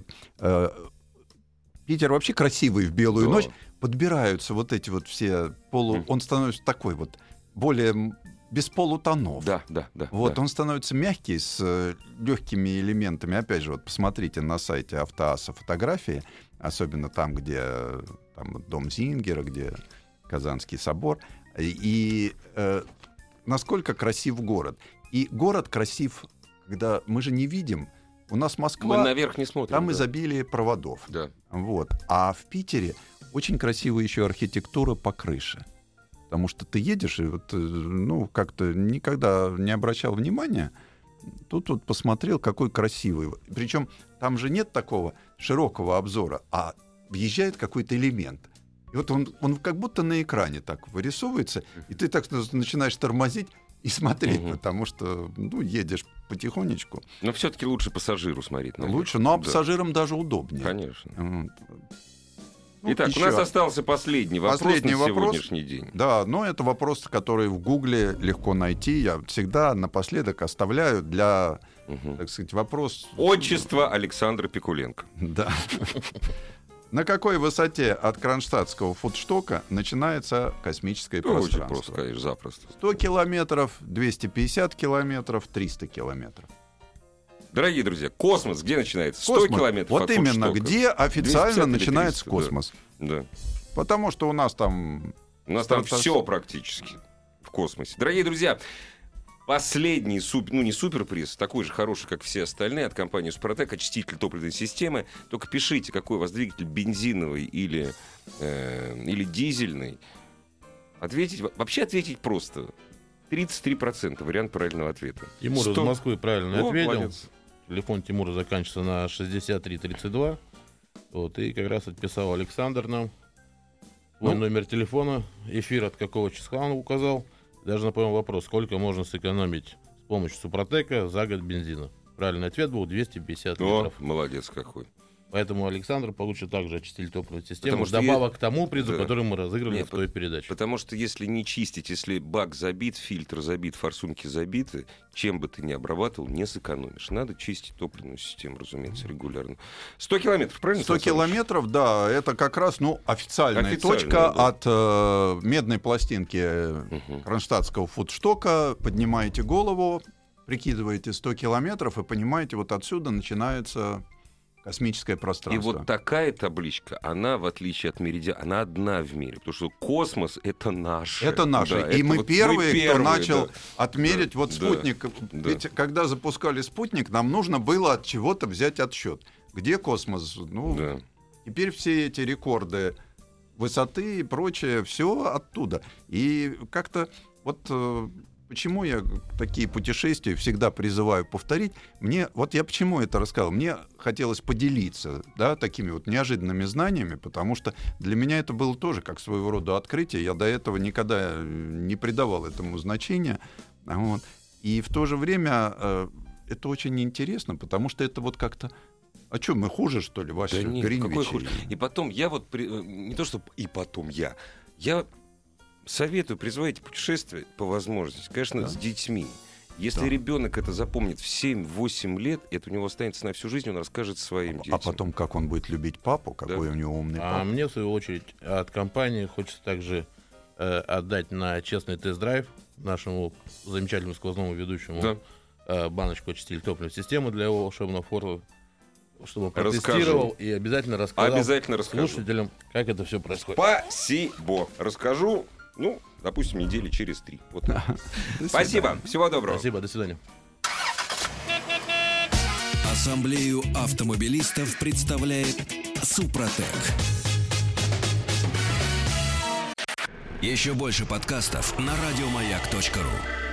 Speaker 3: Питер вообще красивый в белую
Speaker 2: Да.
Speaker 3: ночь. Подбираются вот эти вот все Он становится такой вот более без полутонов.
Speaker 2: Да.
Speaker 3: Вот,
Speaker 2: да.
Speaker 3: он становится мягкий, с легкими элементами. Опять же, вот посмотрите на сайте Автоаса фотографии, особенно там, где там, дом Зингера, где Казанский собор. И насколько красив город. И город красив, когда мы же не видим. У нас Москва,
Speaker 2: Мы наверх не смотрим.
Speaker 3: там
Speaker 2: да.
Speaker 3: изобилие проводов.
Speaker 2: Да.
Speaker 3: Вот. А в Питере очень красивая еще архитектура по крыше. Потому что ты едешь и вот, ну, как-то никогда не обращал внимания. Тут вот посмотрел, какой красивый. Причем там же нет такого широкого обзора, а въезжает какой-то элемент. И вот он как будто на экране так вырисовывается, и ты так начинаешь тормозить и смотреть, потому что, ну, едешь потихонечку.
Speaker 2: Но все-таки лучше пассажиру смотреть. наверх.
Speaker 3: Лучше, но
Speaker 2: Да.
Speaker 3: пассажирам даже удобнее.
Speaker 2: Конечно.
Speaker 3: Вот. Ну,
Speaker 2: Итак,
Speaker 3: еще.
Speaker 2: у нас остался последний вопрос
Speaker 3: Последний
Speaker 2: на
Speaker 3: вопрос.
Speaker 2: сегодняшний день.
Speaker 3: Да, но это вопрос, который в Гугле легко найти. Я всегда напоследок оставляю для, так сказать, вопрос...
Speaker 2: Отчество Александра Пикуленко.
Speaker 3: Да. На какой высоте от кронштадтского фудштока начинается космическое
Speaker 2: Очень
Speaker 3: пространство?
Speaker 2: просто, конечно, запросто.
Speaker 3: 100 километров, 250 километров, 300 километров.
Speaker 2: Дорогие друзья, космос где начинается? 100
Speaker 3: Космос.
Speaker 2: километров
Speaker 3: Вот
Speaker 2: от
Speaker 3: именно,
Speaker 2: Фудстока.
Speaker 3: где официально
Speaker 2: 250 или
Speaker 3: начинается
Speaker 2: 300,
Speaker 3: космос.
Speaker 2: Да.
Speaker 3: Потому что у нас там...
Speaker 2: У нас там
Speaker 3: Стартас-
Speaker 2: все практически в космосе. Дорогие друзья, последний, не суперприз, такой же хороший, как все остальные, от компании «Супротек», очиститель топливной системы. Только пишите, какой у вас двигатель, бензиновый или дизельный. Вообще ответить просто. 33% вариант правильного ответа.
Speaker 4: Тимур из
Speaker 2: 100.
Speaker 4: Москвы правильно
Speaker 2: О,
Speaker 4: ответил.
Speaker 2: молодец.
Speaker 4: Телефон Тимура заканчивается на 6332. Вот, и как раз отписал Александр нам свой номер телефона, эфир от какого числа он указал. Даже напомнил вопрос, сколько можно сэкономить с помощью Супротека за год бензина. Правильный ответ был 250
Speaker 2: О,
Speaker 4: литров.
Speaker 2: молодец какой.
Speaker 4: Поэтому Александр получит также очиститель топливной системы,
Speaker 2: Потому что
Speaker 4: добавок к тому призу,
Speaker 2: Да.
Speaker 4: который мы разыграли
Speaker 2: Нет,
Speaker 4: в той передаче.
Speaker 2: Потому что если не чистить, если бак забит, фильтр забит, форсунки забиты, чем бы ты ни обрабатывал, не сэкономишь. Надо чистить топливную систему, разумеется, регулярно. 100 километров, правильно?
Speaker 3: 100
Speaker 2: Сан Саныч?
Speaker 3: километров, да, это как раз, официальная
Speaker 2: Официальная,
Speaker 3: точка
Speaker 2: да.
Speaker 3: от медной пластинки кронштадтского фудштока. Поднимаете голову, прикидываете 100 километров и понимаете, вот отсюда начинается космическое
Speaker 2: И
Speaker 3: пространство.
Speaker 2: вот такая табличка, она, в отличие от Меридиана, она одна в мире. Потому что космос — это наше.
Speaker 3: Это наше.
Speaker 2: Да,
Speaker 3: И
Speaker 2: это
Speaker 3: мы
Speaker 2: вот
Speaker 3: первые, кто начал
Speaker 2: да.
Speaker 3: отмерить
Speaker 2: Да,
Speaker 3: вот
Speaker 2: да,
Speaker 3: спутник.
Speaker 2: да.
Speaker 3: Ведь когда запускали спутник, нам нужно было от чего-то взять отсчет. Где космос?
Speaker 2: Да.
Speaker 3: Теперь все эти рекорды высоты и прочее, все оттуда. И как-то вот почему я такие путешествия всегда призываю повторить. Я почему это рассказал? Мне хотелось поделиться, да, такими вот неожиданными знаниями, потому что для меня это было тоже как своего рода открытие. Я до этого никогда не придавал этому значения. Вот. И в то же время это очень интересно, потому что это вот как-то... А что, мы хуже, что ли, Вася?
Speaker 2: Да нет, какой
Speaker 3: Гринвичи?
Speaker 2: хуже. И потом я не то, что и потом я советую, призывайте путешествовать по возможности, конечно, с детьми. Если
Speaker 3: Да.
Speaker 2: ребенок это запомнит в 7-8 лет, это у него останется на всю жизнь, он расскажет своим детям.
Speaker 3: А потом, как он будет любить папу, какой
Speaker 2: Да.
Speaker 3: у него умный
Speaker 4: А
Speaker 3: папа.
Speaker 4: мне, в свою очередь, от компании хочется также отдать на честный тест-драйв нашему замечательному сквозному ведущему баночку очистителя топливной системы для его волшебного Форда, чтобы он протестировал и обязательно рассказал
Speaker 2: Обязательно расскажу.
Speaker 4: слушателям, как это все происходит.
Speaker 2: Спасибо. Расскажу, допустим, недели через 3. Вот так. Спасибо. Всего доброго.
Speaker 4: Спасибо, до свидания.
Speaker 1: Ассамблею автомобилистов представляет Супротек. Еще больше подкастов на радиомаяк.ру.